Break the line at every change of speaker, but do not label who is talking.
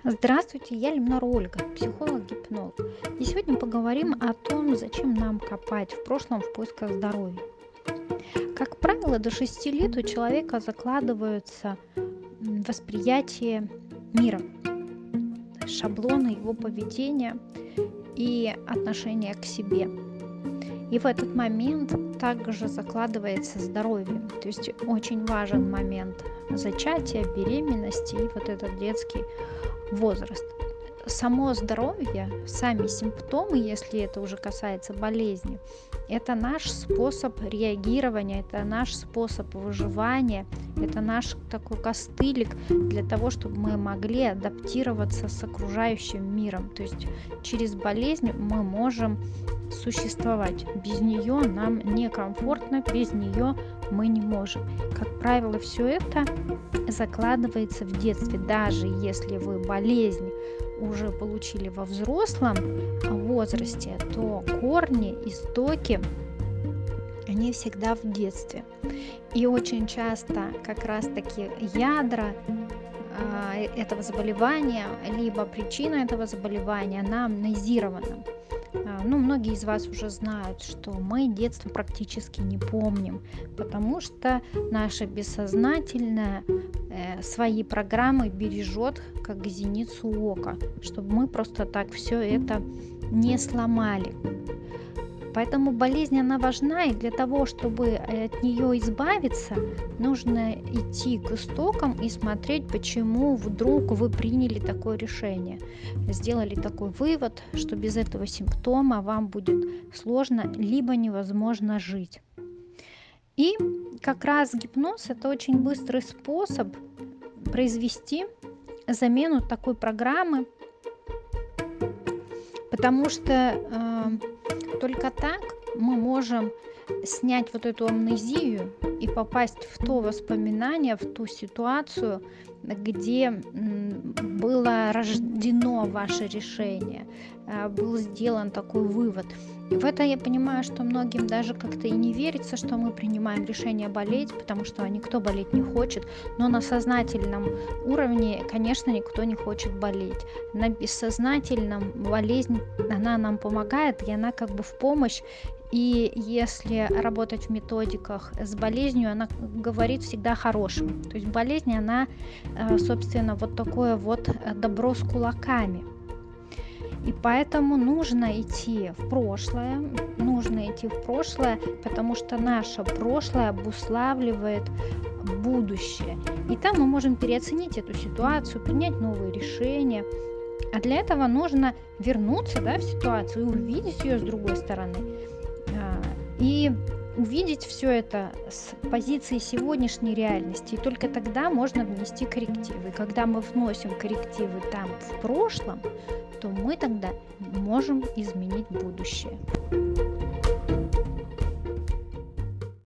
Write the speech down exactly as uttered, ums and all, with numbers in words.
Здравствуйте, я Лемнор Ольга, психолог-гипнолог. И сегодня поговорим о том, зачем нам копать в прошлом в поисках здоровья. Как правило, до шести лет у человека закладываются м, восприятие мира, шаблоны его поведения и отношения к себе. И в этот момент также закладывается здоровье. То есть очень важен момент зачатия, беременности и вот этот детский возраст. Само здоровье, сами симптомы, если это уже касается болезни, это наш способ реагирования, это наш способ выживания, это наш такой костылик для того, чтобы мы могли адаптироваться с окружающим миром. То есть через болезнь мы можем существовать. Без нее нам некомфортно, без нее мы не можем. Как правило, все это закладывается в детстве. Даже если вы болезнь уже получили во взрослом возрасте, то корни, истоки, они всегда в детстве. И очень часто как раз-таки ядра а, этого заболевания, либо причина этого заболевания, она амнезирована. А, Ну, многие из вас уже знают, что мы детство практически не помним, потому что наше бессознательное э, свои программы бережет как зеницу ока, чтобы мы просто так все это не сломали. Поэтому болезнь, она важна, и для того, чтобы от нее избавиться, нужно идти к истокам и смотреть, почему вдруг вы приняли такое решение, сделали такой вывод, что без этого симптома вам будет сложно, либо невозможно жить. И как раз гипноз – это очень быстрый способ произвести замену такой программы, потому что э, только так мы можем снять вот эту амнезию и попасть в то воспоминание, в ту ситуацию, где м, было рождено ваше решение, э, был сделан такой вывод. И в это я понимаю, что многим даже как-то и не верится, что мы принимаем решение болеть, потому что никто болеть не хочет. Но на сознательном уровне, конечно, никто не хочет болеть. На бессознательном болезнь, она нам помогает, и она как бы в помощь. И если работать в методиках с болезнью, она говорит всегда о хорошем. То есть болезнь, она, собственно, вот такое вот добро с кулаками. И поэтому нужно идти в прошлое, нужно идти в прошлое, потому что наше прошлое обуславливает будущее. И там мы можем переоценить эту ситуацию, принять новые решения. А для этого нужно вернуться, да, в ситуацию и увидеть ее с другой стороны. И увидеть все это с позиции сегодняшней реальности. И только тогда можно внести коррективы. И когда мы вносим коррективы там в прошлом, то мы тогда можем изменить будущее.